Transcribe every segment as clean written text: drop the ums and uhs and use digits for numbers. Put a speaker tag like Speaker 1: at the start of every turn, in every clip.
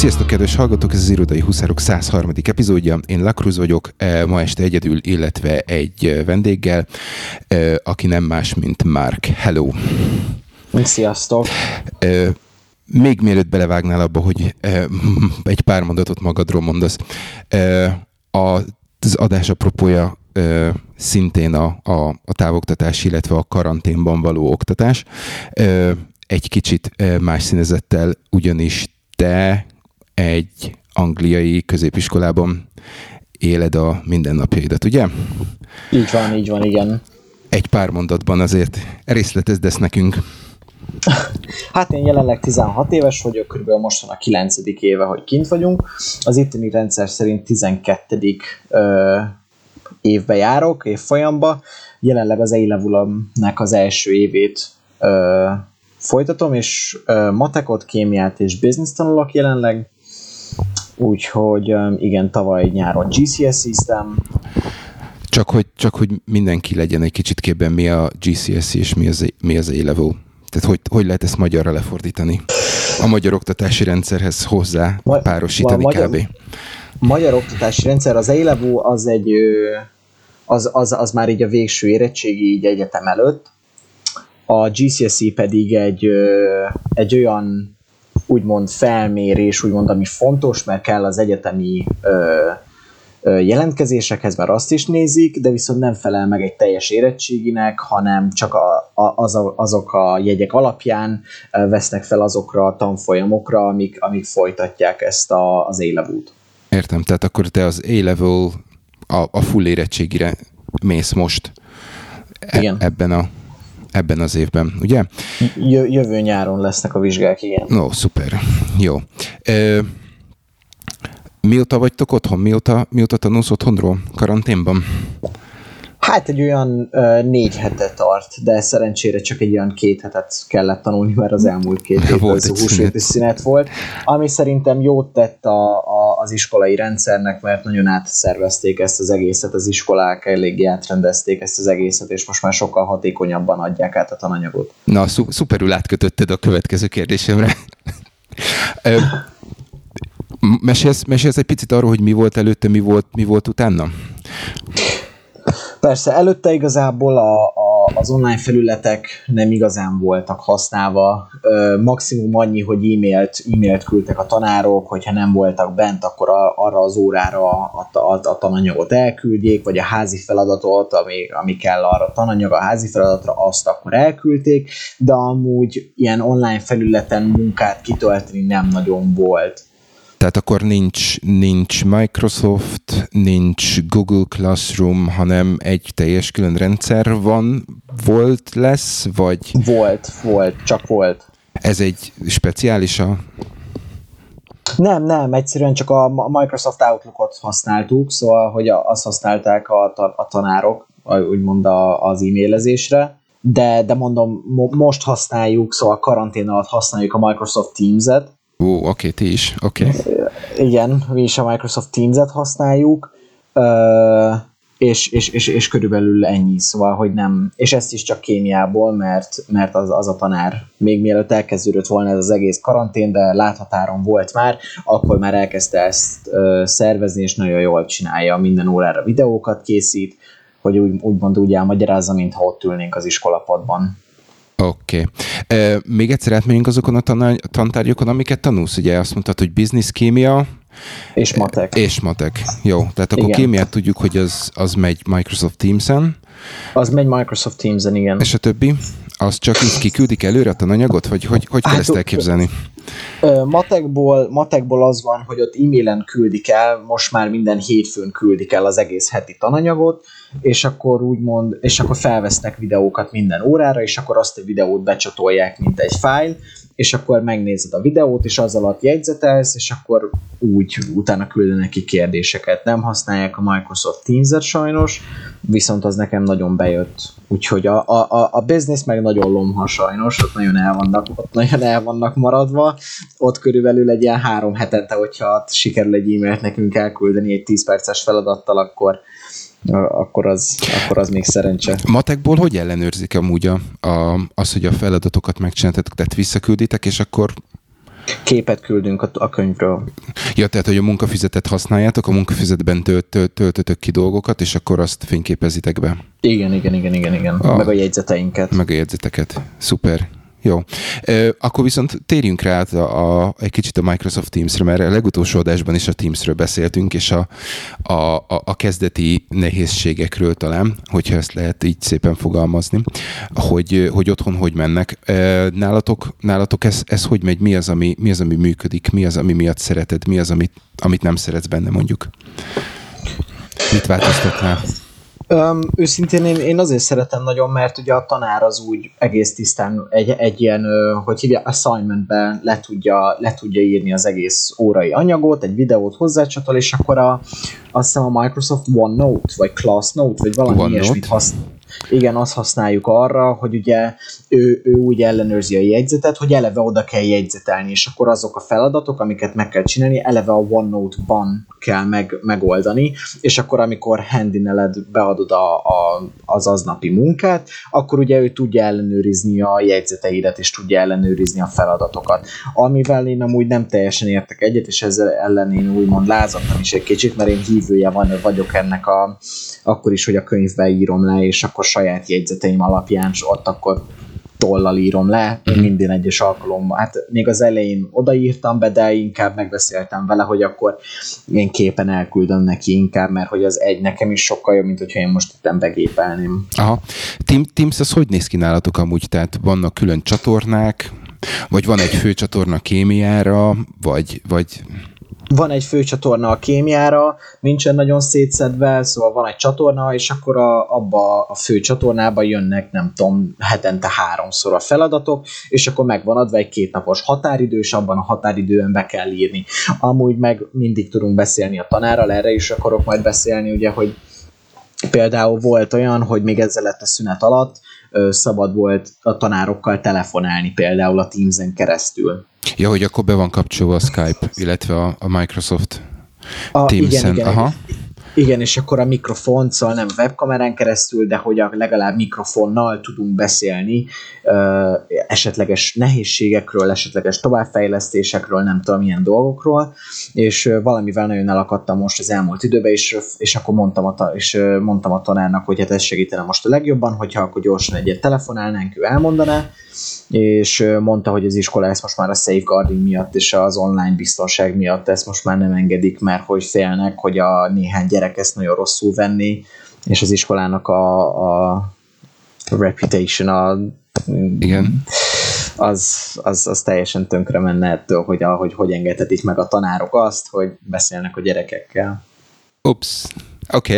Speaker 1: Sziasztok, kedves hallgatók! Ez az Irodai Huszárok 103. epizódja. Én Lakruz vagyok, ma este egyedül, illetve egy vendéggel, aki nem más, mint Mark. Hello!
Speaker 2: Sziasztok!
Speaker 1: Még mielőtt belevágnál abba, hogy egy pár mondatot magadról mondasz, az adás apropója szintén a távoktatás, illetve a karanténban való oktatás. Egy kicsit más színezettel, ugyanis te egy angliai középiskolában éled a mindennapjaidat, ugye?
Speaker 2: Így van, igen.
Speaker 1: Egy pár mondatban azért részletezd ezt nekünk.
Speaker 2: Hát én jelenleg 16 éves vagyok, körülbelül most van a 9. éve, hogy kint vagyunk. Az itteni rendszer szerint 12. évbe járok, évfolyamba. Jelenleg az A-levelnek az első évét folytatom, és matekot, kémiát és business tanulok jelenleg. Úgyhogy igen, tavaly nyáron GCSE-ztem.
Speaker 1: Csak hogy mindenki legyen egy kicsit képben, mi a GCSE és mi az A-level. Tehát hogy lehet ezt magyarra lefordítani? A magyar oktatási rendszerhez hozzá párosítani kb.
Speaker 2: Magyar oktatási rendszer, az A-level az már így a végső érettségi így egyetem előtt. A GCSE pedig egy olyan úgymond felmérés, úgymond, ami fontos, mert kell az egyetemi jelentkezésekhez, mert azt is nézik, de viszont nem felel meg egy teljes érettséginek, hanem csak azok a jegyek alapján vesznek fel azokra a tanfolyamokra, amik folytatják ezt az A-level-t.
Speaker 1: Értem, tehát akkor te az A-level a full érettségire mész most ebben az évben, ugye?
Speaker 2: Jövő nyáron lesznek a vizsgák, igen.
Speaker 1: No, szuper. Jó. Mióta vagytok otthon? Mióta tanulsz otthonról karanténban?
Speaker 2: Hát egy olyan 4 hete tart, de szerencsére csak egy olyan 2 hetet kellett tanulni, mert az elmúlt 2 évben húsvéti szünet volt, ami szerintem jót tett az iskolai rendszernek, mert nagyon átszervezték ezt az egészet, az iskolák eléggé átrendezték ezt az egészet, és most már sokkal hatékonyabban adják át a tananyagot.
Speaker 1: Na, szuperül átkötötted a következő kérdésemre. Mesélsz egy picit arról, hogy mi volt előtte, mi volt utána?
Speaker 2: Persze, előtte igazából az online felületek nem igazán voltak használva. Maximum annyi, hogy e-mailt küldtek a tanárok, hogyha nem voltak bent, akkor arra az órára a tananyagot elküldjék, vagy a házi feladatot, ami kell arra a tananyag, a házi feladatra, azt akkor elküldték, de amúgy ilyen online felületen munkát kitölteni nem nagyon volt.
Speaker 1: Tehát akkor nincs Microsoft, nincs Google Classroom, hanem egy teljes külön rendszer lesz, vagy? Csak volt. Ez egy speciális
Speaker 2: Nem, egyszerűen csak a Microsoft Outlook-ot használtuk, szóval, hogy azt használták a tanárok, úgymond az e-mailezésre, de mondom, most használjuk, szóval karantén alatt használjuk a Microsoft Teams-et.
Speaker 1: Oké, ti is, oké.
Speaker 2: Igen, mi is a Microsoft Teams-et használjuk, és körülbelül ennyi, szóval, hogy nem, és ezt is csak kémiából, mert az a tanár még mielőtt elkezdődött volna ez az egész karantén, de láthatáron volt már, akkor már elkezdte ezt szervezni, és nagyon jól csinálja, minden órára videókat készít, hogy úgymond úgy elmagyarázza, mintha ott ülnénk az iskolapadban.
Speaker 1: Oké. Még egyszer átmegyünk azokon a tantárgyakon, amiket tanulsz. Ugye azt mondtad, hogy business, kémia.
Speaker 2: És matek.
Speaker 1: Jó, tehát akkor kémiát tudjuk, hogy az megy Microsoft Teams-en.
Speaker 2: Az megy Microsoft Teams-en, igen.
Speaker 1: És a többi? Az csak így kiküldik előre a tananyagot? Vagy hogy kell ezt elképzelni?
Speaker 2: Matekból az van, hogy ott e-mailen küldik el, most már minden hétfőn küldik el az egész heti tananyagot, és akkor felvesznek videókat minden órára, és akkor azt a videót becsatolják, mint egy fájl, és akkor megnézed a videót, és az alatt jegyzetelsz, és akkor úgy utána küldenek ki kérdéseket. Nem használják a Microsoft Teams-et sajnos, viszont az nekem nagyon bejött. Úgyhogy a business meg nagyon lomha sajnos, ott nagyon el vannak maradva. Ott körülbelül egy ilyen 3 hetente, hogyha sikerül egy e-mailt nekünk elküldeni egy 10 perces feladattal, akkor az még szerencse.
Speaker 1: Matekból hogy ellenőrzik amúgy az, hogy a feladatokat megcsináltatok, tehát visszakülditek, és akkor
Speaker 2: Képet küldünk a könyvről.
Speaker 1: Ja, tehát, hogy a munkafüzetet használjátok, a munkafüzetben töltötök ki dolgokat, és akkor azt fényképezitek be.
Speaker 2: Igen. Meg a jegyzeteinket.
Speaker 1: Meg a jegyzeteket. Szuper. Jó. Akkor viszont térjünk rá egy kicsit a Microsoft Teams-re, mert a legutolsó adásban is a Teams-ről beszéltünk, és a kezdeti nehézségekről talán, hogyha ezt lehet így szépen fogalmazni, hogy otthon hogy mennek. Nálatok ez hogy megy? Mi az, ami működik? Mi az, ami miatt szereted? Mi az, amit nem szeretsz benne, mondjuk? Mit változtatnál?
Speaker 2: Őszintén én azért szeretem nagyon, mert ugye a tanár az úgy egész tisztán egy ilyen, hogy hívja, assignmentben le tudja írni az egész órai anyagot, egy videót hozzácsatol, és akkor azt hiszem a Microsoft OneNote, vagy ClassNote, vagy valami ilyesmit használ. Igen, azt használjuk arra, hogy ugye ő úgy ellenőrzi a jegyzetet, hogy eleve oda kell jegyzetelni, és akkor azok a feladatok, amiket meg kell csinálni, eleve a OneNote-ban kell megoldani, és akkor amikor handineled, beadod az aznapi munkát, akkor ugye ő tudja ellenőrizni a jegyzeteidet, és tudja ellenőrizni a feladatokat. Amivel én amúgy nem teljesen értek egyet, és ezzel ellen én úgymond lázadtam is egy kicsit, mert én hívője vagyok ennek akkor is, hogy a könyvbe írom le, és akkor saját jegyzeteim alapján, és ott akkor tollal írom le, minden egyes alkalommal. Hát még az elején odaírtam be, de inkább megbeszéltem vele, hogy akkor én képen elküldöm neki inkább, mert hogy az egy nekem is sokkal jobb, mint hogyha én most itt begépelném.
Speaker 1: Aha. Teams, az hogy néz ki nálatok amúgy? Tehát vannak külön csatornák, vagy van egy fő csatorna kémiára, vagy...
Speaker 2: Van egy főcsatorna a kémiára, nincsen nagyon szétszedve, szóval van egy csatorna, és akkor abba a főcsatornába jönnek, nem tudom, hetente 3-szor a feladatok, és akkor meg van adva egy 2 napos határidő, és abban a határidőn be kell írni. Amúgy meg mindig tudunk beszélni a tanárral, erre is akarok majd beszélni, ugye, hogy például volt olyan, hogy még ezzel lett a szünet alatt, szabad volt a tanárokkal telefonálni, például a Teams-en keresztül.
Speaker 1: Ja, hogy akkor be van kapcsolva a Skype, illetve a Microsoft Teams-en.
Speaker 2: Igen, és akkor a mikrofon, szóval nem webkamerán keresztül, de hogy legalább mikrofonnal tudunk beszélni esetleges nehézségekről, esetleges továbbfejlesztésekről, nem tudom, milyen dolgokról, és valamivel nagyon elakadtam most az elmúlt időben, és akkor mondtam a tanárnak, hogy hát ez segítene most a legjobban, hogyha akkor gyorsan egyet telefonálnánk, ő elmondaná, és mondta, hogy az iskola ezt most már a safeguarding miatt és az online biztonság miatt ezt most már nem engedik, mert hogy félnek, hogy a néhány gyerek ezt nagyon rosszul venni, és az iskolának a reputation,
Speaker 1: igen.
Speaker 2: Az teljesen tönkre menne ettől, hogy engedhetik meg a tanárok azt, hogy beszélnek a gyerekekkel.
Speaker 1: Ups, oké.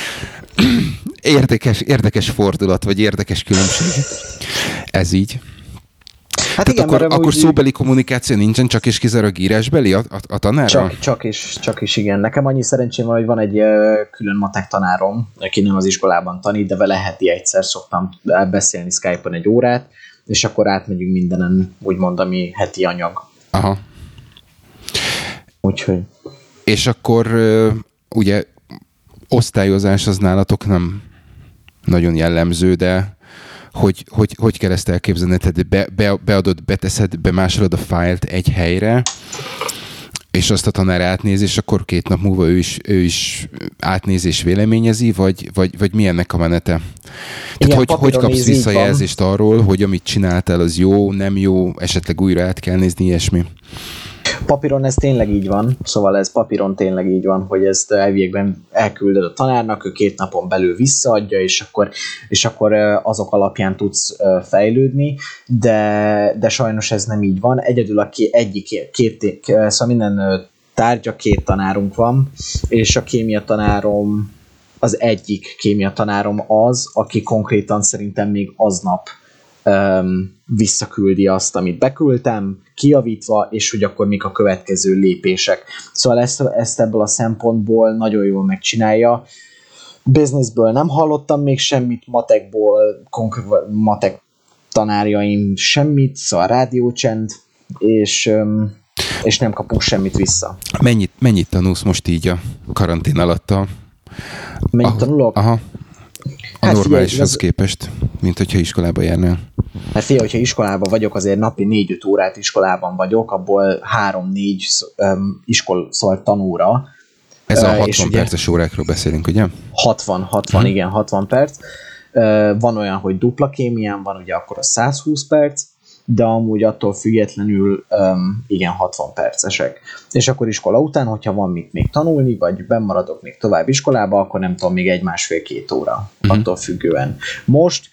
Speaker 1: Érdekes fordulat, vagy érdekes különbség. Ez így. Hát igen, akkor szóbeli kommunikáció nincsen, csak és kizárólag írásbeli a tanárral?
Speaker 2: Csak is igen. Nekem annyi szerencsém van, hogy van egy külön matek tanárom, aki nem az iskolában tanít, de vele heti egyszer szoktam beszélni Skype-on egy órát, és akkor átmegyünk mindenen, úgymond, ami heti anyag.
Speaker 1: Aha.
Speaker 2: Úgyhogy.
Speaker 1: És akkor ugye osztályozás az nálatok nem nagyon jellemző, de hogy kell ezt elképzelni? Tehát beadod, beteszed, bemásolod a fájlt egy helyre, és azt a tanár átnézi, és akkor 2 nap múlva ő is átnézi és véleményezi, vagy mi ennek a menete? Tehát hogy kapsz visszajelzést arról, hogy amit csináltál, az jó, nem jó, esetleg újra át kell nézni, ilyesmi?
Speaker 2: Papíron ez tényleg így van, szóval ez papíron tényleg így van, hogy ezt elvégben elküldöd a tanárnak, ő 2 napon belül visszaadja, és akkor azok alapján tudsz fejlődni, de sajnos ez nem így van. Egyedül szóval minden tárgya 2 tanárunk van, és a kémia tanárom, az egyik kémia tanárom az, aki konkrétan szerintem még aznap visszaküldi azt, amit beküldtem, kijavítva, és hogy akkor mik a következő lépések. Szóval ezt ebből a szempontból nagyon jól megcsinálja. Businessből nem hallottam még semmit, matek tanárjaim semmit, szóval rádiócsend, és nem kapunk semmit vissza.
Speaker 1: Mennyit tanulsz most így a karantén alatt?
Speaker 2: Mennyit tanulok?
Speaker 1: Aha. A normálishoz képest, mint hogyha iskolába járnál.
Speaker 2: Mert figyelj, hogyha iskolában vagyok, azért napi 4-5 órát iskolában vagyok, abból 3-4 szóval tanóra.
Speaker 1: Ez a 60 perces órákról beszélünk, ugye?
Speaker 2: 60, igen, 60 perc. Van olyan, hogy dupla kémián van, ugye akkor a 120 perc, de amúgy attól függetlenül igen, 60 percesek. És akkor iskola után, hogyha van mit még tanulni, vagy bennmaradok még tovább iskolába, akkor nem tudom, még 1,5-2 óra, attól függően. Most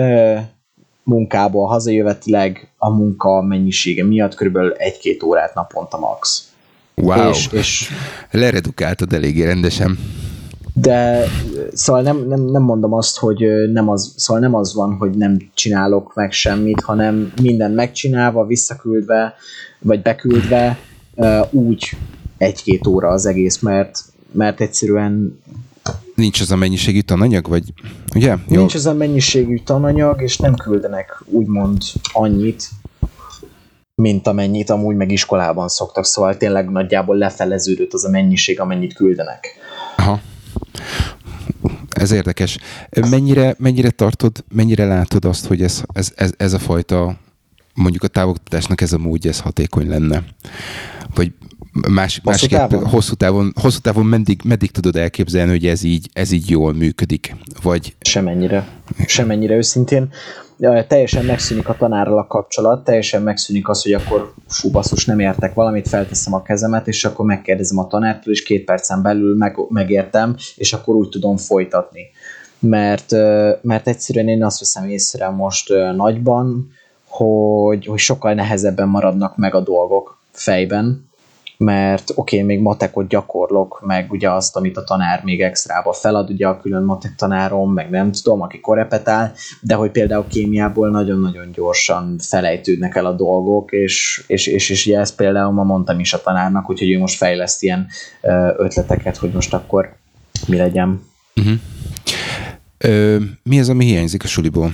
Speaker 2: munkából hazajövettileg a munka mennyisége miatt körülbelül 1-2 órát naponta max.
Speaker 1: Wow, és leredukáltad eléggé rendesen.
Speaker 2: De szóval nem mondom azt, hogy nem az van, hogy nem csinálok meg semmit, hanem mindent megcsinálva, visszaküldve, vagy beküldve, úgy 1-2 óra az egész, mert egyszerűen
Speaker 1: nincs az a mennyiségű tananyag, vagy ugye?
Speaker 2: Nincs az a mennyiségű tananyag, és nem küldenek úgymond annyit, mint amennyit amúgy meg iskolában szoktak, szóval tényleg nagyjából lefeleződött az a mennyiség, amennyit küldenek.
Speaker 1: Aha. Ez érdekes. Mennyire tartod, mennyire látod azt, hogy ez a fajta, mondjuk a távoktatásnak ez a módja, ez hatékony lenne? Vagy hosszú távon meddig tudod elképzelni, hogy ez így jól működik? Vagy...
Speaker 2: Semennyire őszintén. Teljesen megszűnik a tanárral a kapcsolat, teljesen megszűnik az, hogy akkor basszus, nem értek valamit, felteszem a kezemet, és akkor megkérdezem a tanártól, és 2 percen belül megértem, és akkor úgy tudom folytatni. Mert egyszerűen én azt veszem észre most nagyban, hogy sokkal nehezebben maradnak meg a dolgok fejben, mert még matekot gyakorlok, meg ugye azt, amit a tanár még extrába felad, ugye a külön matek tanárom, meg nem tudom, aki korrepetál, de hogy például kémiából nagyon-nagyon gyorsan felejtődnek el a dolgok, és ugye ezt például ma mondtam is a tanárnak, úgyhogy ő most fejleszt ilyen ötleteket, hogy most akkor mi legyen.
Speaker 1: Mi az, ami hiányzik a suliból?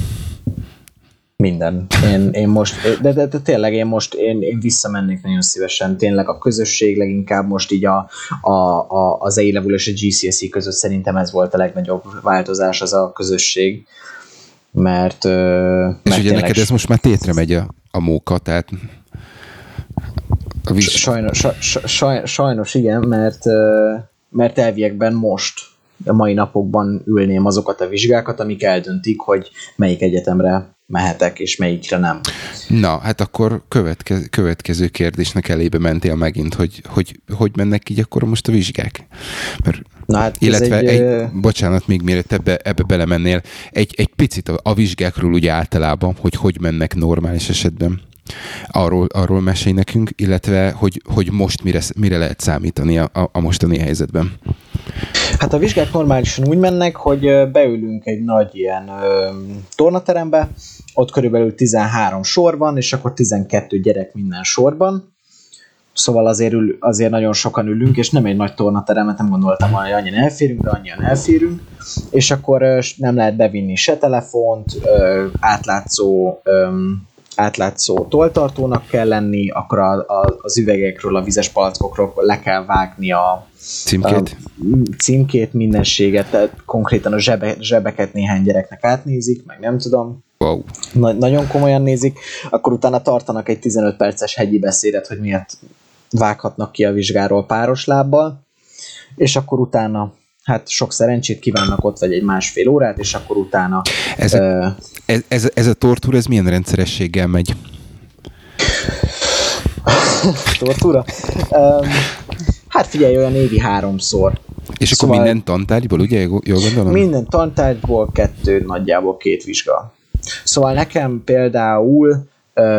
Speaker 2: Minden. Én most, de tényleg én visszamennék nagyon szívesen. Tényleg a közösség leginkább most így az A-level és a GCSE között szerintem ez volt a legnagyobb változás, az a közösség. Mert
Speaker 1: ugye neked ez most már tétre megy a móka, tehát
Speaker 2: sajnos igen, mert elviekben most a mai napokban ülném azokat a vizsgákat, amik eldöntik, hogy melyik egyetemre mehetek, és melyikre nem.
Speaker 1: Na, hát akkor következő kérdésnek elébe mentél megint, hogy mennek így akkor most a vizsgák?
Speaker 2: Na, hát
Speaker 1: illetve bocsánat, még mielőtt ebbe belemennél, egy picit a vizsgákról ugye általában, hogy mennek normális esetben. Arról mesélj nekünk, illetve hogy most mire lehet számítani a mostani helyzetben.
Speaker 2: Hát a vizsgák normálisan úgy mennek, hogy beülünk egy nagy ilyen tornaterembe, ott körülbelül 13 sor van, és akkor 12 gyerek minden sorban. Szóval azért nagyon sokan ülünk, és nem egy nagy tornateremet, nem gondoltam, hogy annyian elférünk, de annyian elférünk. És akkor nem lehet bevinni se telefont, átlátszó tolltartónak kell lenni, akkor az üvegekről, a vizes palackokról le kell vágni a címkét, mindenséget, tehát konkrétan a zsebeket néhány gyereknek átnézik, meg nem tudom.
Speaker 1: Wow.
Speaker 2: Nagyon komolyan nézik, akkor utána tartanak egy 15 perces hegyi beszédet, hogy miért vághatnak ki a vizsgáról páros lábbal, és akkor utána hát sok szerencsét kívánnak ott, vagy egy 1,5 órát, és akkor utána...
Speaker 1: Ez a tortúra, ez milyen rendszerességgel megy?
Speaker 2: Tortúra? Hát figyelj, olyan évi 3-szor.
Speaker 1: És szóval akkor minden tantárgyból, ugye? Jól gondolom?
Speaker 2: Minden tantárgyból 2, nagyjából 2 vizsga. Szóval nekem például...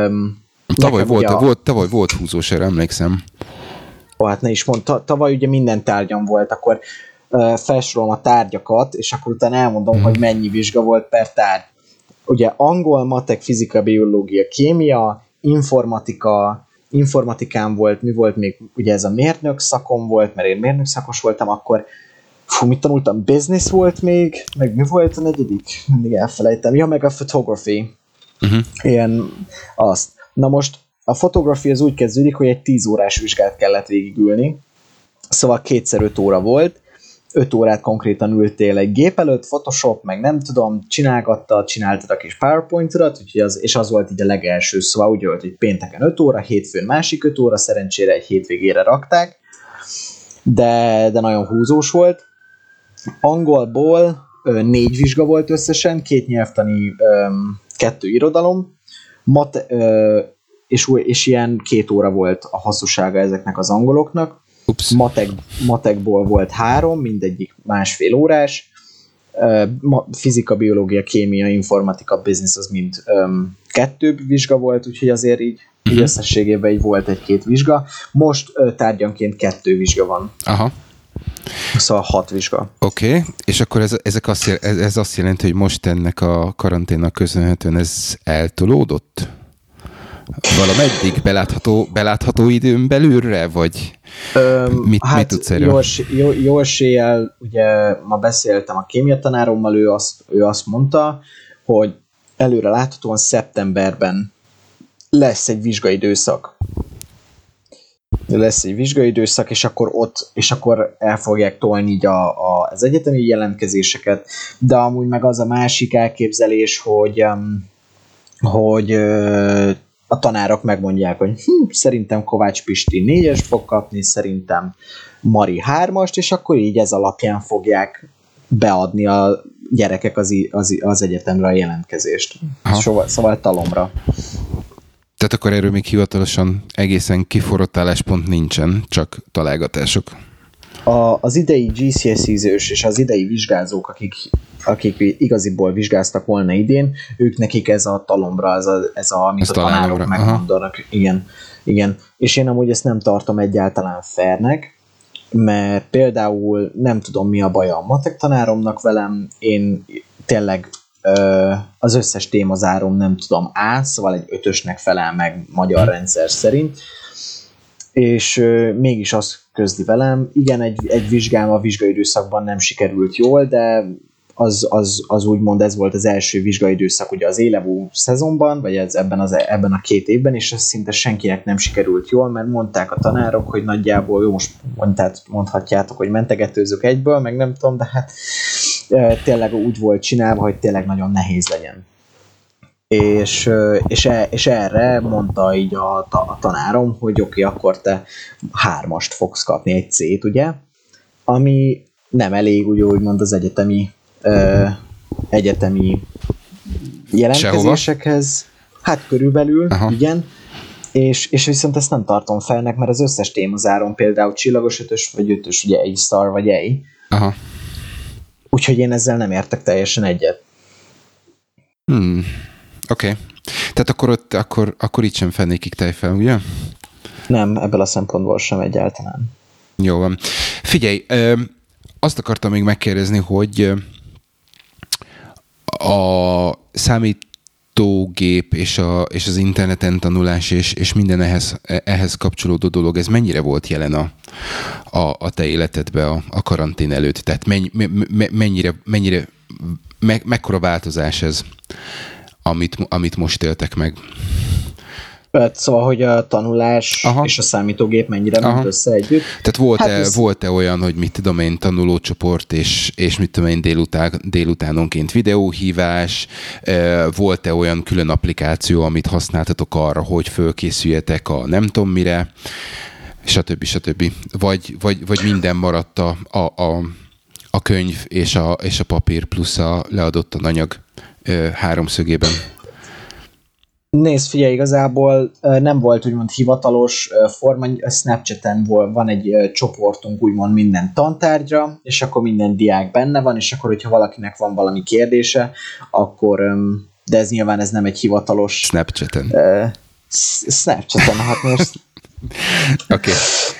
Speaker 1: Tavaly volt húzós, erre emlékszem.
Speaker 2: Hát ne is mondd, tavaly ugye minden tárgyam volt, akkor felsorolom a tárgyakat, és akkor utána elmondom, hogy mennyi vizsga volt per tárgy. Ugye angol, matek, fizika, biológia, kémia, informatikán volt, mi volt még, ugye ez a mérnök szakom volt, mert én mérnök szakos voltam, akkor mit tanultam, business volt még, meg mi volt a 4? Mindig elfelejtem. Ja, meg a photography. Ilyen azt. Na most a photography az úgy kezdődik, hogy egy 10 órás vizsgát kellett végigülni, szóval 2x5 óra volt, 5 órát konkrétan ültél egy gép előtt, Photoshop, meg nem tudom, csináltad a kis PowerPoint-odat, és az volt így a legelső, szóval úgy volt, hogy pénteken 5 óra, hétfőn másik 5 óra, szerencsére egy hétvégére rakták, de nagyon húzós volt. Angolból 4 vizsga volt összesen, 2 nyelvtani, 2 irodalom, és ilyen 2 óra volt a hosszúsága ezeknek az angoloknak. Matekból volt 3, mindegyik 1,5 órás. Fizika, biológia, kémia, informatika, business az mind 2 vizsga volt, úgyhogy azért így összességében így volt 1-2 vizsga. Most tárgyanként 2 vizsga van.
Speaker 1: Aha.
Speaker 2: Szóval 6 vizsga.
Speaker 1: Oké, és akkor ez azt jelenti, hogy most ennek a karanténnak köszönhetően ez eltolódott? Valameddig belátható időn belülre, vagy mit tudsz erről?
Speaker 2: Jó eséllyel, ugye ma beszéltem a kémiatanárommal, ő azt mondta, hogy előre láthatóan szeptemberben lesz egy vizsgaidőszak. És akkor el fogják tolni így az egyetemi jelentkezéseket, de amúgy meg az a másik elképzelés, hogy a tanárok megmondják, hogy szerintem Kovács Pisti 4-es fog kapni, szerintem Mari 3-ast, és akkor így ez alapján fogják beadni a gyerekek az egyetemre a jelentkezést. Szóval talomra.
Speaker 1: Tehát akkor erről még hivatalosan egészen kiforrott álláspont nincsen, csak találgatások.
Speaker 2: Az idei GCSE-zős és az idei vizsgázók, akik igaziból vizsgáztak volna idén, nekik ez a talomra, amit a tanárok megmondanak. Igen. És én amúgy ezt nem tartom egyáltalán fairnek, mert például nem tudom, mi a baja a matek tanáromnak velem, én tényleg az összes témazárom nem tudom szóval egy 5-ösnek felel meg magyar rendszer szerint, és mégis azt közli velem, igen, egy vizsgám a vizsgaidőszakban nem sikerült jól, de az úgymond ez volt az első vizsgaidőszak ugye az A-level szezonban, vagy ebben a 2 évben, és ez szinte senkinek nem sikerült jól, mert mondták a tanárok, hogy nagyjából jó, most mondhatjátok, hogy mentegetőzök egyből, meg nem tudom, de hát tényleg úgy volt csinálva, hogy tényleg nagyon nehéz legyen. És erre mondta így a tanárom, hogy oké, akkor te 3-ast fogsz kapni, egy C-t, ugye? Ami nem elég, ugye úgymond az egyetemi jelentkezésekhez. Hát körülbelül, aha. Igen. És viszont ezt nem tartom felnek, mert az összes témazáron például csillagos 5-ös vagy 5-ös, ugye A-star vagy A.
Speaker 1: Aha.
Speaker 2: Úgyhogy én ezzel nem értek teljesen egyet.
Speaker 1: Oké. Tehát akkor itt sem fennékig tejfel, ugye?
Speaker 2: Nem, ebből a szempontból sem egyáltalán.
Speaker 1: Jó van. Figyelj, azt akartam még megkérdezni, hogy a számítógép és az interneten tanulás és minden ehhez kapcsolódó dolog, ez mennyire volt jelen a te életedben a karantén előtt? Tehát mekkora változás ez, amit most éltek meg?
Speaker 2: Szóval, hogy a tanulás és a számítógép mennyire ment össze együtt.
Speaker 1: Tehát volt-e olyan, hogy mit tudom én, tanulócsoport, és mit tudom én, délutánonként videóhívás, volt-e olyan külön applikáció, amit használtatok arra, hogy fölkészüljetek a nem tudom mire, stb. Vagy minden maradt a könyv és a papír plusz a leadott anyag háromszögében?
Speaker 2: Nézd, figyelj, igazából nem volt úgymond hivatalos forma, Snapchaten van egy csoportunk úgymond minden tantárgyra, és akkor minden diák benne van, és akkor, hogyha valakinek van valami kérdése, akkor, de ez nyilván ez nem egy hivatalos...
Speaker 1: Snapchaten.
Speaker 2: Snapchaten, hát most...
Speaker 1: Oké.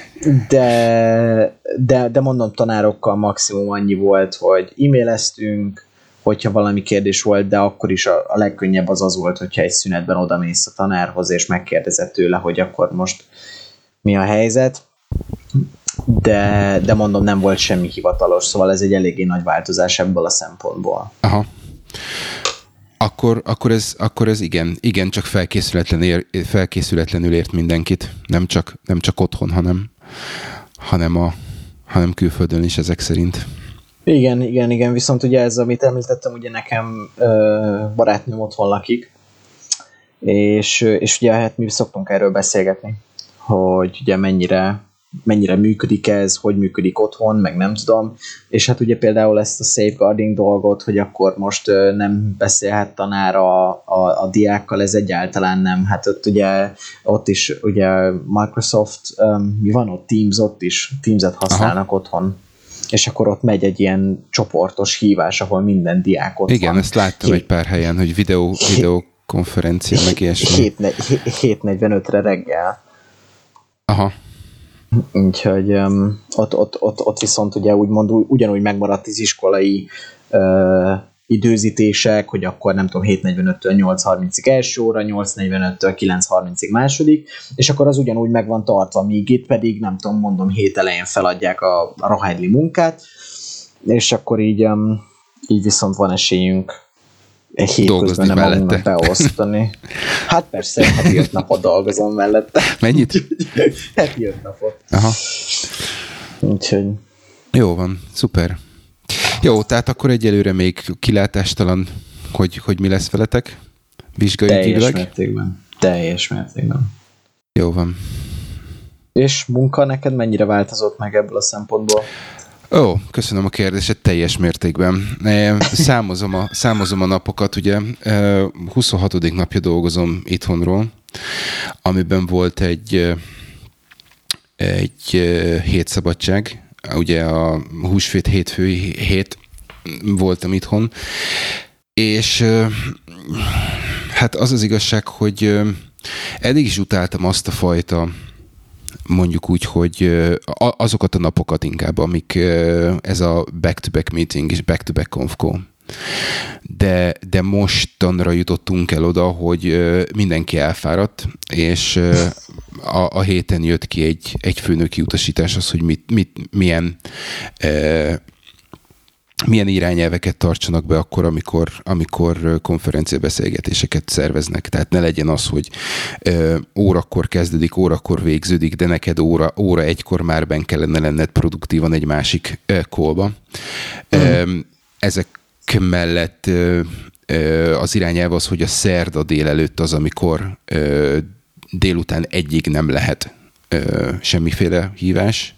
Speaker 2: De mondom, tanárokkal maximum annyi volt, hogy e-maileztünk, hogyha valami kérdés volt, de akkor is a legkönnyebb az volt, hogyha egy szünetben odamész a tanárhoz, és megkérdezett tőle, hogy akkor most mi a helyzet. De mondom, nem volt semmi hivatalos, szóval ez egy eléggé nagy változás ebből a szempontból. Aha.
Speaker 1: Akkor ez igen, csak felkészületlenül ért mindenkit. Nem csak otthon, hanem külföldön is ezek szerint.
Speaker 2: Igen, viszont ugye ez, amit említettem, ugye nekem barátnőm otthon lakik, és ugye hát mi szoktunk erről beszélgetni, hogy ugye mennyire működik ez, hogy működik otthon, meg nem tudom, és hát ugye például ezt a safeguarding dolgot, hogy akkor most nem beszélhet tanár a diákkal, ez egyáltalán nem, hát ott is ugye Microsoft, mi van ott, Teams-et használnak otthon, és akkor ott megy egy ilyen csoportos hívás, ahol minden diák ott
Speaker 1: igen,
Speaker 2: van.
Speaker 1: ezt láttam egy pár helyen, hogy videokonferencia, meg ilyesmi.
Speaker 2: 7:45-re reggel.
Speaker 1: Aha.
Speaker 2: Úgyhogy ott viszont ugye úgymond ugyanúgy megmaradt az iskolai időzítések, hogy akkor nem tudom 7:45-től 8:30-ig első óra, 8:45-től 9:30-ig második, és akkor az ugyanúgy meg van tartva, míg itt pedig nem tudom, mondom, hét elején feladják a rohádli munkát, és akkor így viszont van esélyünk egy hétközben nem magunknak beosztani. Hát persze, heti 5 napot dolgozom mellette.
Speaker 1: Mennyit?
Speaker 2: Heti 5 napot.
Speaker 1: Aha.
Speaker 2: Úgyhogy...
Speaker 1: Jó van, szuper. Jó, tehát akkor egyelőre még kilátástalan, hogy mi lesz veletek? Vizsgailag?
Speaker 2: Teljes mértékben.
Speaker 1: Jó van.
Speaker 2: És munka neked mennyire változott meg ebből a szempontból?
Speaker 1: Ó, köszönöm a kérdéset, teljes mértékben. Számozom a napokat, ugye 26. napja dolgozom itthonról, amiben volt egy hétszabadság, ugye a húsvét hétfői hét voltam itthon, és hát az az igazság, hogy eddig is utáltam azt a fajta, mondjuk úgy, hogy azokat a napokat inkább, amik ez a back-to-back meeting és back-to-back conf call. De mostanra jutottunk el oda, hogy mindenki elfáradt, és a héten jött ki egy főnöki utasítás az, hogy milyen irányelveket tartsanak be akkor, amikor konferenciabeszélgetéseket szerveznek. Tehát ne legyen az, hogy órakor kezdődik, órakor végződik, de neked óra egykor már benn kellene lenned produktívan egy másik callba. Ezek mellett az irányelv az, hogy a szerda délelőtt az, amikor délután 1-ig nem lehet semmiféle hívás.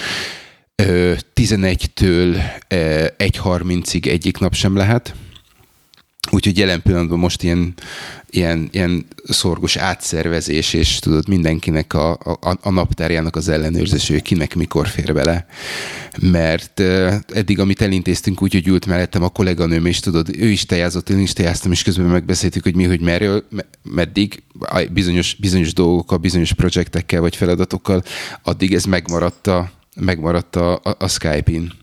Speaker 1: 11-től 1:30-ig egyik nap sem lehet. Úgyhogy jelen pillanatban most ilyen szorgos átszervezés, és tudod, mindenkinek a naptárjának az ellenőrzés, hogy kinek mikor fér bele. Mert eddig, amit elintéztünk úgy, hogy ült mellettem a kolléganőm, és tudod, ő is tejázott, én is tejáztam, és közben megbeszéltük, hogy mi, hogy merről, meddig, bizonyos dolgokkal, bizonyos projektekkel vagy feladatokkal, addig ez megmaradt a Skype-in.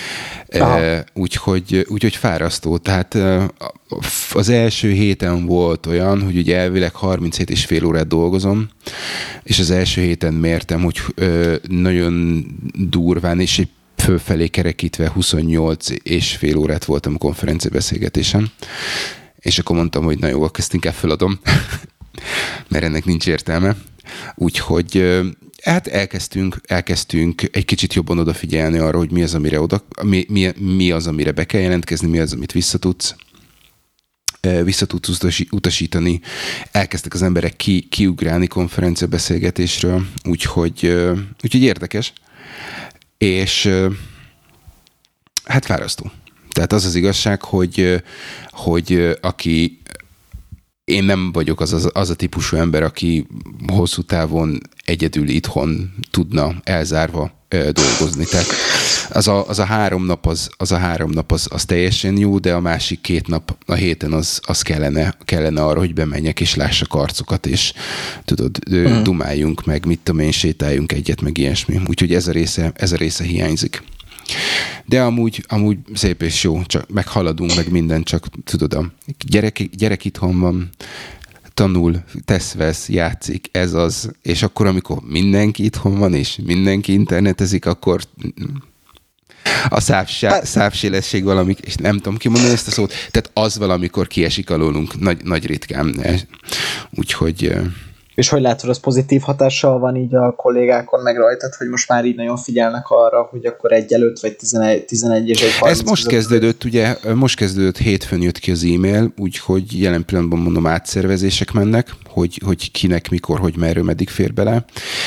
Speaker 1: Úgyhogy fárasztó. Tehát az első héten volt olyan, hogy ugye elvileg 37,5 órát dolgozom, és az első héten mértem, hogy nagyon durván, és egy fölfelé kerekítve 28,5 órát voltam konferenciabeszélgetésen. És akkor mondtam, hogy na jó, akkor ezt inkább feladom, mert ennek nincs értelme. Úgyhogy hát elkezdtünk egy kicsit jobban odafigyelni arra, hogy mi az, amire be kell jelentkezni, mi az, amit vissza tudsz utasítani. Elkezdtek az emberek kiugrálni konferenciabeszélgetésről, úgyhogy érdekes. És hát fárasztó. Tehát az az igazság, hogy aki... Én nem vagyok az a típusú ember, aki hosszú távon egyedül itthon tudna elzárva dolgozni. Tehát az a 3 nap az teljesen jó, de a másik 2 nap a héten az kellene arra, hogy bemenjek és lássak arcokat, és tudod, dumáljunk meg, mit tudom én, sétáljunk egyet, meg ilyesmi. Úgyhogy ez a része hiányzik. De amúgy szép és jó, csak meghaladunk, meg minden, csak tudod, a gyerek itthon van, tanul, tesz-vesz, játszik, ez az, és akkor, amikor mindenki itthon van, és mindenki internetezik, akkor a szávsélesség valami, és nem tudom kimondani ezt a szót, tehát az valamikor kiesik alólunk, nagy ritkán. Úgyhogy
Speaker 2: És hogy látod, az pozitív hatással van így a kollégákon meg rajtad, hogy most már így nagyon figyelnek arra, hogy akkor 1 előtt, vagy 11 és 1:30.
Speaker 1: Ez most kezdődött, ugye, most kezdődött, hétfőn jött ki az e-mail, úgyhogy jelen pillanatban mondom átszervezések mennek, hogy kinek, mikor, hogy merről, meddig fér bele.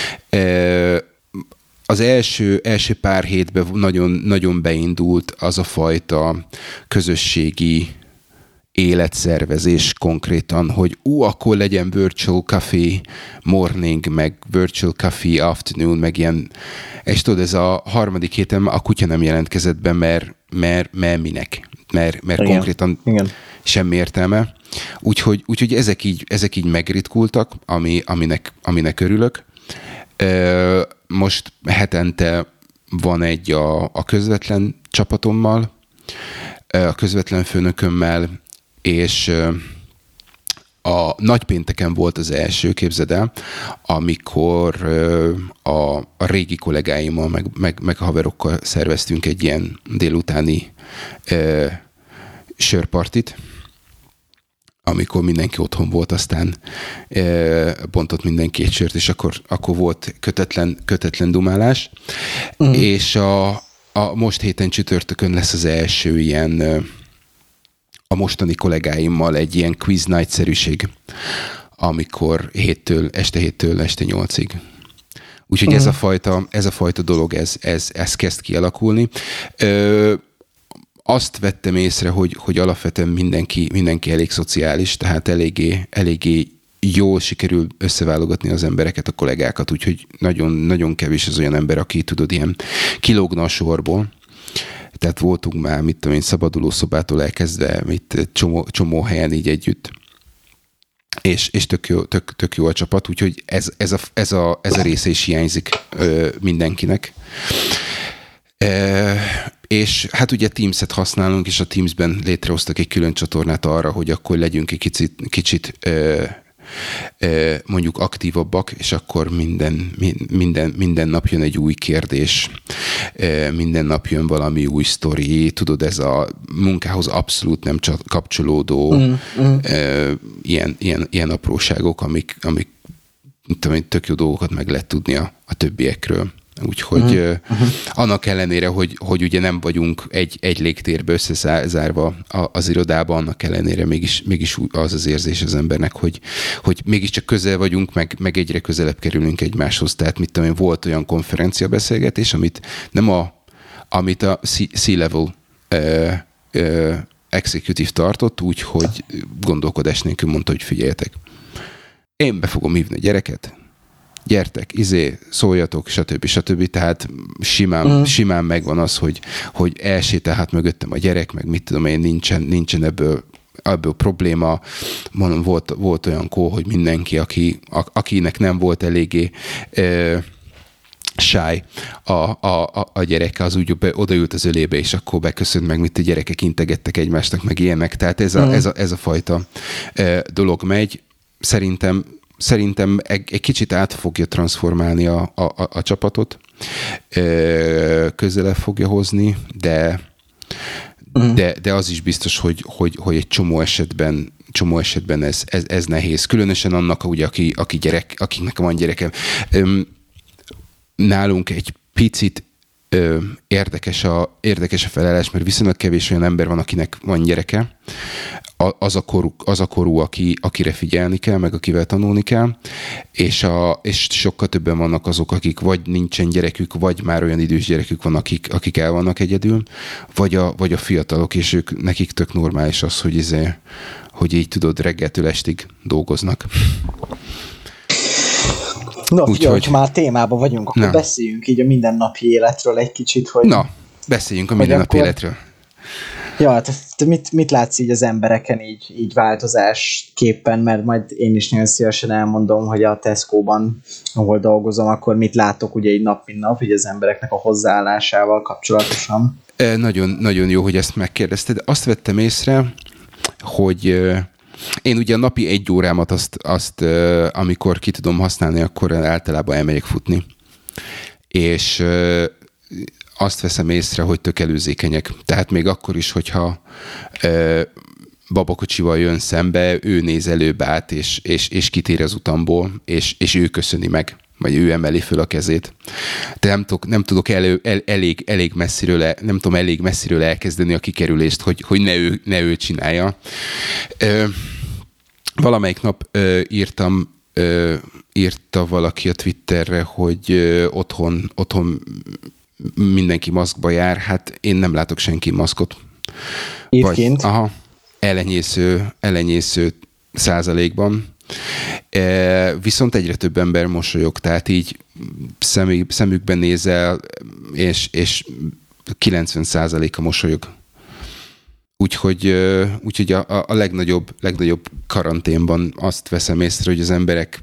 Speaker 1: Az első pár hétben nagyon, nagyon beindult az a fajta közösségi életszervezés konkrétan, hogy akkor legyen virtual coffee morning, meg virtual coffee afternoon, meg ilyen, és tudod, ez a harmadik héten a kutya nem jelentkezett be, mert minek? Mert igen, konkrétan igen. Semmi értelme. Úgyhogy ezek így megritkultak, aminek örülök. Most hetente van egy a közvetlen csapatommal, a közvetlen főnökömmel, és a nagypénteken volt az első, képzeld el, amikor a régi kollégáimmal, meg haverokkal szerveztünk egy ilyen délutáni sörpartit, amikor mindenki otthon volt, aztán bontott mindenki egy sört, és akkor volt kötetlen dumálás. És a most héten csütörtökön lesz az első ilyen a mostani kollégáimmal egy ilyen quiz night-szerűség, amikor este 7-től este 8-ig. Úgyhogy ez a fajta dolog, ez kezd kialakulni. Azt vettem észre, hogy alapvetően mindenki elég szociális, tehát eléggé jól sikerül összeválogatni az embereket, a kollégákat, úgyhogy nagyon, nagyon kevés az olyan ember, aki tudod, ilyen kilógna a sorból. Tehát voltunk már, mit tudom én, szabaduló szobától elkezdve, csomó helyen így együtt. És tök jó a csapat, úgyhogy ez a része is hiányzik mindenkinek. És hát ugye Teams-et használunk, és a Teams-ben létrehoztak egy külön csatornát arra, hogy akkor legyünk egy kicsit mondjuk aktívabbak, és akkor minden nap jön egy új kérdés, minden nap jön valami új sztori, tudod, ez a munkához abszolút nem kapcsolódó ilyen apróságok, amik tudom, tök jó dolgokat meg lehet tudni a többiekről. Úgyhogy annak ellenére, hogy ugye nem vagyunk egy légtérbe összezárva az irodában, annak ellenére mégis az érzés az embernek, hogy mégiscsak közel vagyunk, meg egyre közelebb kerülünk egymáshoz. Tehát mit tudom én, volt olyan konferenciabeszélgetés, amit a C-level executive tartott, úgyhogy gondolkodás nélkül mondta, hogy figyeljetek, én be fogom hívni a gyereket, gyertek, szóljatok, stb. Tehát simán megvan az, hogy elsétál hát mögöttem a gyerek, meg mit tudom én, nincsen ebből probléma. Mondom, volt olyan hogy mindenki, akinek nem volt eléggé shy a gyereke, az úgy odaült az ölébe, és akkor beköszönt meg, mit a gyerekek integettek egymásnak, meg ilyenek. Tehát ez a fajta dolog megy. Szerintem egy kicsit át fogja transformálni a csapatot, közelebb fogja hozni, de az is biztos, hogy egy csomó esetben ez nehéz. Különösen annak, ugye, aki gyerek, akiknek van gyereke. Nálunk egy picit érdekes a felállás, mert viszonylag kevés olyan ember van, akinek van gyereke. Az a korú, akire figyelni kell, meg akivel tanulni kell, és sokkal többen vannak azok, akik vagy nincsen gyerekük, vagy már olyan idős gyerekük van, akik el vannak egyedül, vagy a fiatalok, és nekik tök normális az, hogy így tudod, reggeltől estig dolgoznak.
Speaker 2: No, hogyha már témában vagyunk, akkor beszéljünk így a mindennapi életről egy kicsit, hogy...
Speaker 1: Na, beszéljünk a mindennapi életről.
Speaker 2: Ja, te mit látsz így az embereken így változásképpen, mert majd én is nagyon szívesen elmondom, hogy a Tesco-ban, ahol dolgozom, akkor mit látok ugye így nap mint nap, így az embereknek a hozzáállásával kapcsolatosan.
Speaker 1: Nagyon, nagyon jó, hogy ezt megkérdezted. Azt vettem észre, hogy én ugye a napi 1 órámat azt amikor ki tudom használni, akkor általában elmegyek futni. És azt veszem észre, hogy tök előzékenyek. Tehát még akkor is, hogyha babakocsival jön szembe, ő néz előbb át, és kitér az utamból, és ő köszöni meg, vagy ő emeli föl a kezét. De nem tudok elég messziről elkezdeni a kikerülést, hogy ne ő csinálja. Valamelyik nap írta valaki a Twitterre, hogy otthon mindenki maszkba jár, hát én nem látok senki maszkot.
Speaker 2: Évként?
Speaker 1: Aha, elenyésző százalékban. Viszont egyre több ember mosolyog, tehát így szemükben nézel, és 90%-a mosolyog. Úgyhogy a legnagyobb karanténban azt veszem észre, hogy az emberek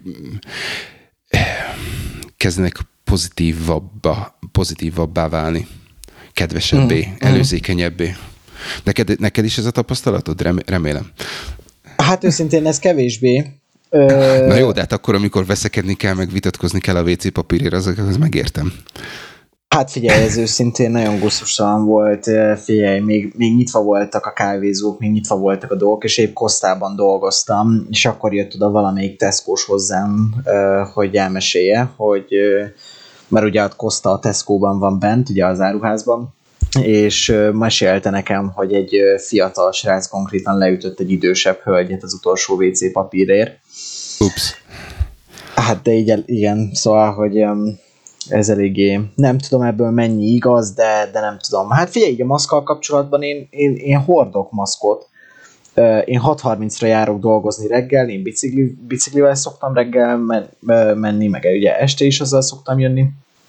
Speaker 1: kezdenek pozitívabbá válni, kedvesebbé, előzékenyebbé. Neked is ez a tapasztalatod? Remélem.
Speaker 2: Hát őszintén ez kevésbé.
Speaker 1: Na jó, de hát akkor, amikor veszekedni kell, meg vitatkozni kell a WC papírért, az megértem.
Speaker 2: Hát figyelj, ez őszintén nagyon gusztustalan volt, figyelj, még nyitva voltak a kávézók, még nyitva voltak a dolgok, és épp Costa-ban dolgoztam, és akkor jött oda valamelyik Tesco-s hozzám, hogy elmesélje, hogy, mert ugye a Costa a Tesco-ban van bent, ugye az áruházban, és mesélte nekem, hogy egy fiatal srác konkrétan leütött egy idősebb hölgyet az utolsó WC papírért.
Speaker 1: Ups.
Speaker 2: Hát de így, igen, szóval, hogy ez eléggé, nem tudom ebből mennyi igaz, de nem tudom. Hát figyelj, így a maszkkal kapcsolatban én hordok maszkot. Én 6:30-ra járok dolgozni reggel, én biciklivel szoktam reggel menni, meg ugye este is azzal szoktam jönni.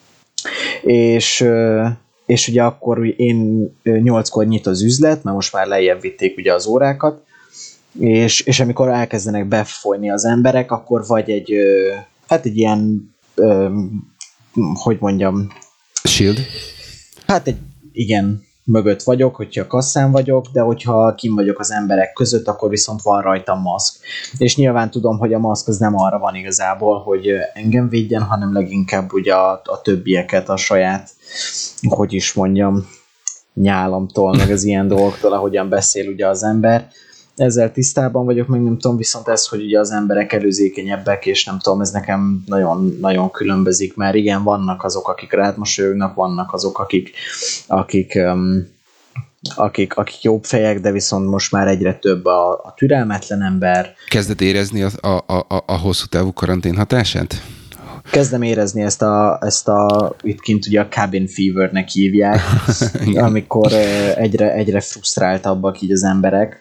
Speaker 2: És ugye akkor én 8-kor nyit az üzlet, mert most már lejjebb vitték ugye az órákat, és amikor elkezdenek befolyni az emberek, akkor vagy egy ilyen hogy mondjam...
Speaker 1: Shield?
Speaker 2: Hát igen, mögött vagyok, hogyha kasszán vagyok, de hogyha kim vagyok az emberek között, akkor viszont van rajtam maszk. És nyilván tudom, hogy a maszk az nem arra van igazából, hogy engem védjen, hanem leginkább ugye a többieket, a saját, hogy is mondjam, nyálamtól, meg az ilyen dolgoktól, ahogyan beszél ugye az ember. Ezzel tisztában vagyok, meg nem tudom, viszont ez, hogy ugye az emberek előzékenyebbek, és nem tudom, ez nekem nagyon, nagyon különbözik, mert igen, vannak azok, akik rád mosolyognak, vannak azok, akik jobb fejek, de viszont most már egyre több a türelmetlen ember.
Speaker 1: Kezded érezni a hosszú távú karantén hatását?
Speaker 2: Kezdem érezni ezt a itt kint ugye a cabin fevernek hívják, amikor egyre frusztráltabbak így az emberek,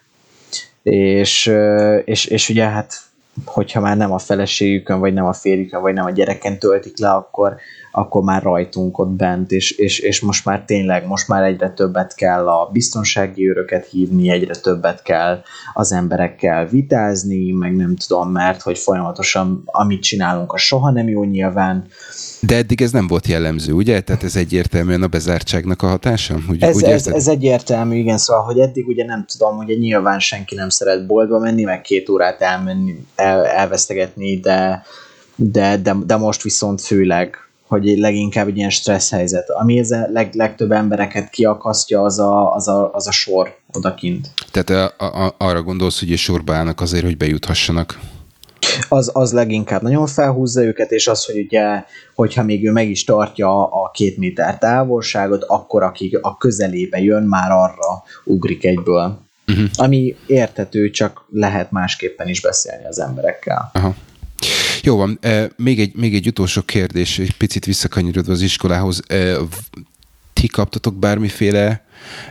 Speaker 2: és ugye hát, hogyha már nem a feleségükön, vagy nem a férjükön, vagy nem a gyereken töltik le, akkor már rajtunk ott bent, és most már tényleg, most már egyre többet kell a biztonsági őröket hívni, egyre többet kell az emberekkel vitázni, meg nem tudom, mert hogy folyamatosan amit csinálunk, az soha nem jó nyilván.
Speaker 1: De eddig ez nem volt jellemző, ugye? Tehát ez egyértelműen a bezártságnak a hatása?
Speaker 2: Ez egyértelmű, igen, szóval, hogy eddig ugye nem tudom, ugye nyilván senki nem szeret boltba menni, meg 2 órát elvesztegetni, de most viszont főleg, hogy leginkább egy ilyen stressz helyzet. Ami ez a legtöbb embereket kiakasztja, az a sor odakint.
Speaker 1: Tehát arra gondolsz, hogy sorba állnak azért, hogy bejuthassanak?
Speaker 2: Az leginkább nagyon felhúzza őket, és az, hogy ugye, hogyha még ő meg is tartja a 2 méter távolságot, akkor aki a közelébe jön, már arra ugrik egyből. Uh-huh. Ami érthető, csak lehet másképpen is beszélni az emberekkel.
Speaker 1: Aha. Jó van, még egy utolsó kérdés, egy picit visszakanyarodva az iskolához. Ti kaptatok bármiféle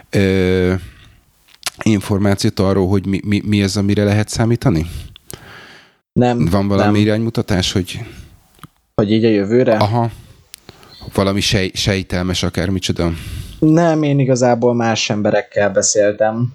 Speaker 1: információt arról, hogy mi az, amire lehet számítani?
Speaker 2: Nem.
Speaker 1: Van valami iránymutatás, hogy...
Speaker 2: Hogy így a jövőre?
Speaker 1: Aha. Valami sejtelmes akármicsoda?
Speaker 2: Nem, én igazából más emberekkel beszéltem.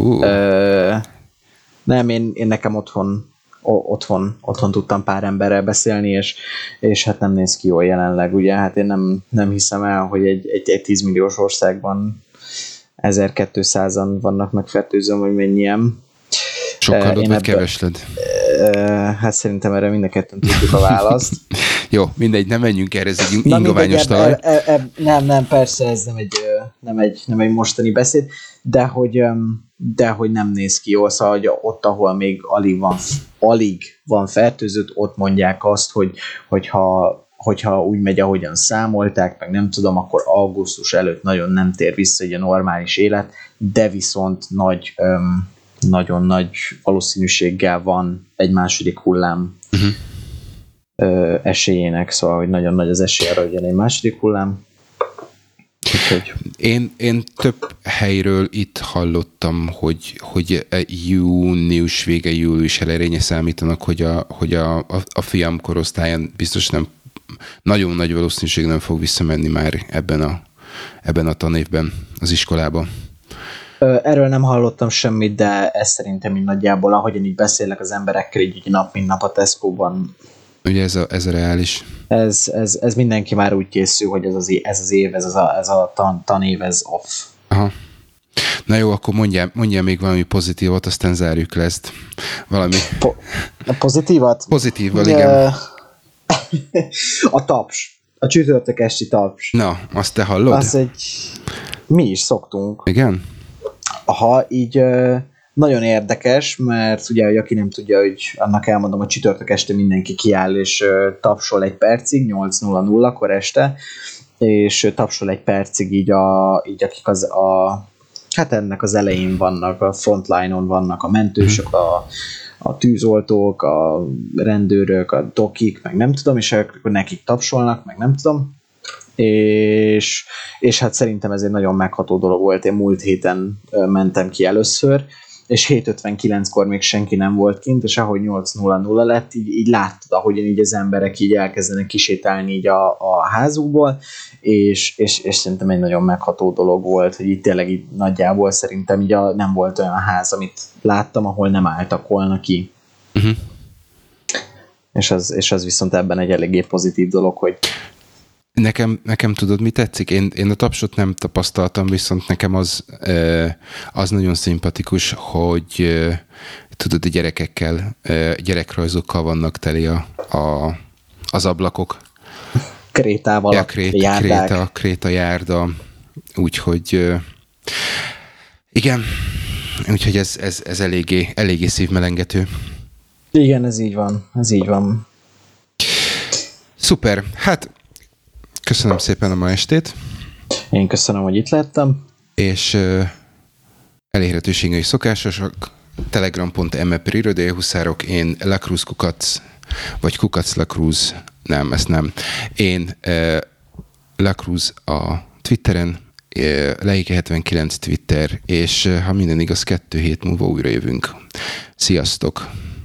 Speaker 2: Nem, én nekem otthon tudtam pár emberrel beszélni, és hát nem néz ki jól jelenleg, ugye? Hát én nem hiszem el, hogy egy 10 milliós országban 1200-an vannak megfertőzve, vagy mennyien.
Speaker 1: Sokkal vagy kevesled?
Speaker 2: Hát szerintem erre mind a ketten tudjuk a választ.
Speaker 1: Jó, mindegy, nem menjünk erre, ez egy ingoványos talaj.
Speaker 2: Nem, persze ez nem egy mostani beszéd, de hogy de hogy nem néz ki jól, szóval hogy ott, ahol még alig van fertőzött, ott mondják azt, hogyha úgy megy, ahogyan számolták, meg nem tudom, akkor augusztus előtt nagyon nem tér vissza egy a normális élet, de viszont nagyon nagy valószínűséggel van egy második hullám esélyének, szóval hogy nagyon nagy az esély arra, hogy egy második hullám. Úgyhogy... Én
Speaker 1: több helyről itt hallottam, hogy június vége, július elejére számítanak, hogy a fiam korosztályon biztos nem, nagyon nagy valószínűség nem fog visszamenni már ebben a tanévben az iskolába.
Speaker 2: Erről nem hallottam semmit, de ez szerintem így nagyjából, ahogyan így beszélek az emberekkel, így nap mint nap a Tesco-ban.
Speaker 1: Ugye ez a reális.
Speaker 2: Ez mindenki már úgy készül, hogy ez az év, ez a tanév, ez off.
Speaker 1: Aha. Na jó, akkor mondjál még valami pozitívat, aztán zárjuk le ezt. Valami...
Speaker 2: Pozitívat?
Speaker 1: Pozitívval, igen.
Speaker 2: A taps. A csütörtök esti taps.
Speaker 1: Na, azt te hallod?
Speaker 2: Az mi is szoktunk.
Speaker 1: Igen?
Speaker 2: Aha, így nagyon érdekes, mert ugye, hogy aki nem tudja, hogy annak elmondom, hogy csütörtök este mindenki kiáll, és tapsol egy percig, 8:00-kor este, és tapsol egy percig így akik hát ennek az elején vannak, a frontline-on vannak a mentősök, a tűzoltók, a rendőrök, a dokik, meg nem tudom, és akkor nekik tapsolnak, meg nem tudom. És hát szerintem ez egy nagyon megható dolog volt. Én múlt héten mentem ki először, és 7:59-kor még senki nem volt kint, és ahogy 8:00 lett, így láttad, ahogyan így az emberek így elkezdenek kisétálni így a házukból, és szerintem egy nagyon megható dolog volt, hogy itt tényleg így nagyjából szerintem így nem volt olyan ház, amit láttam, ahol nem álltak volna ki. Uh-huh. És az viszont ebben egy eléggé pozitív dolog, hogy
Speaker 1: Nekem tudod, mi tetszik? Én a tapsot nem tapasztaltam, viszont nekem az nagyon szimpatikus, hogy tudod, a gyerekekkel, gyerekrajzokkal vannak teli az ablakok.
Speaker 2: Krétával,
Speaker 1: Kréta járda. Úgyhogy igen, úgyhogy ez eléggé szívmelengető.
Speaker 2: Igen, ez így van.
Speaker 1: Szuper, hát köszönöm szépen a ma estét.
Speaker 2: Én köszönöm, hogy itt lettem.
Speaker 1: És elérhetőségei szokásosak. telegram.me/Irodai Huszárok, én Lacruz Kukac, vagy Kukac Lacruz, nem, ezt nem. Én Lacruz a Twitteren, Leike79 Twitter, és ha minden igaz, 2 hét múlva újra jövünk. Sziasztok!